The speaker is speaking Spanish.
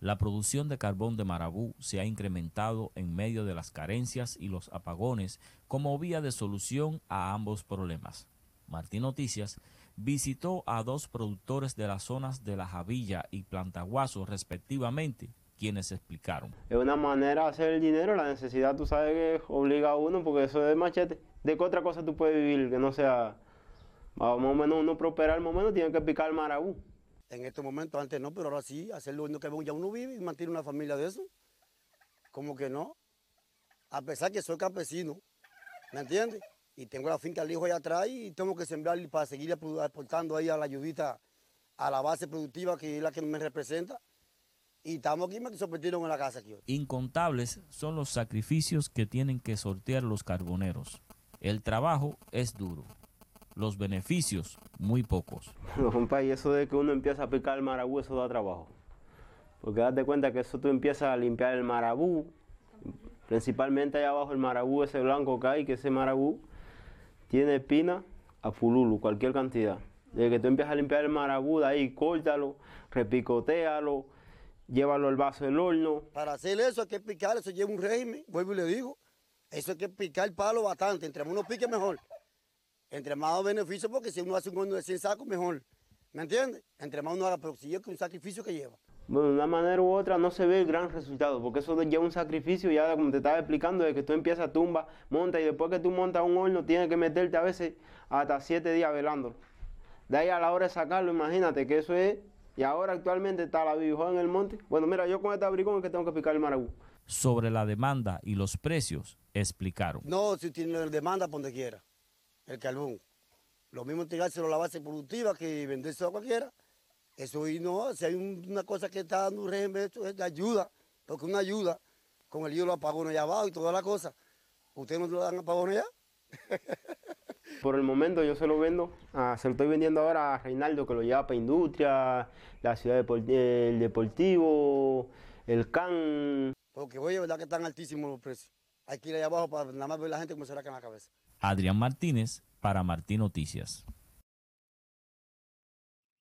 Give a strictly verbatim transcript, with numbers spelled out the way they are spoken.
La producción de carbón de Marabú se ha incrementado en medio de las carencias y los apagones como vía de solución a ambos problemas. Martín Noticias visitó a dos productores de las zonas de La Javilla y Plantaguaso respectivamente, quienes explicaron. Es una manera de hacer el dinero, la necesidad tú sabes que obliga a uno porque eso es machete. ¿De qué otra cosa tú puedes vivir que no sea, más o menos uno prosperar al momento tiene que picar el Marabú? En estos momentos, antes no, pero ahora sí, hacerlo lo que ya uno vive y mantiene una familia de eso. ¿Cómo que no? A pesar que soy campesino, ¿me entiendes? Y tengo la finca del hijo allá atrás y tengo que sembrar para seguir aportando ahí a la ayudita, a la base productiva que es la que me representa. Y estamos aquí, me sorprendieron en la casa aquí. Incontables son los sacrificios que tienen que sortear los carboneros. El trabajo es duro. Los beneficios, muy pocos. No, compa, y eso de que uno empieza a picar el Marabú, eso da trabajo. Porque date cuenta que eso tú empiezas a limpiar el Marabú, principalmente allá abajo el Marabú ese blanco que hay, que ese Marabú tiene espina a fululu, cualquier cantidad. Desde que tú empiezas a limpiar el Marabú, de ahí córtalo, repicotéalo, llévalo al vaso del horno. Para hacer eso hay que picar, eso lleva un régimen, vuelvo y le digo. Eso hay que picar el palo bastante, entre más uno pique mejor. Entre más beneficio, porque si uno hace un horno de cien sacos, mejor. ¿Me entiendes? Entre más uno haga, pero si es un sacrificio que lleva. Bueno, de una manera u otra no se ve el gran resultado, porque eso lleva un sacrificio, ya como te estaba explicando, de que tú empiezas tumba, monta y después que tú montas un horno tienes que meterte a veces hasta siete días velándolo. De ahí a la hora de sacarlo, imagínate que eso es, y ahora actualmente está la bibijón en el monte. Bueno, mira, yo con este abrigón es que tengo que picar el Marabú. Sobre la demanda y los precios, explicaron. No, si tiene demanda por donde quiera, el carbón. Lo mismo tirárselo a la base productiva que venderse a cualquiera. Eso y no, si hay una cosa que está dando un régimen, eso es de ayuda, porque una ayuda con el lío de los apagones allá abajo y toda la cosa. ¿Ustedes no lo dan apagones allá? Por el momento yo se lo vendo, ah, se lo estoy vendiendo ahora a Reinaldo, que lo lleva para industria, la ciudad deport el deportivo, el C A N. Porque oye, verdad que están altísimos los precios. Hay que ir allá abajo para nada más ver la gente cómo se la cae en la cabeza. Adrián Martínez para Martín Noticias.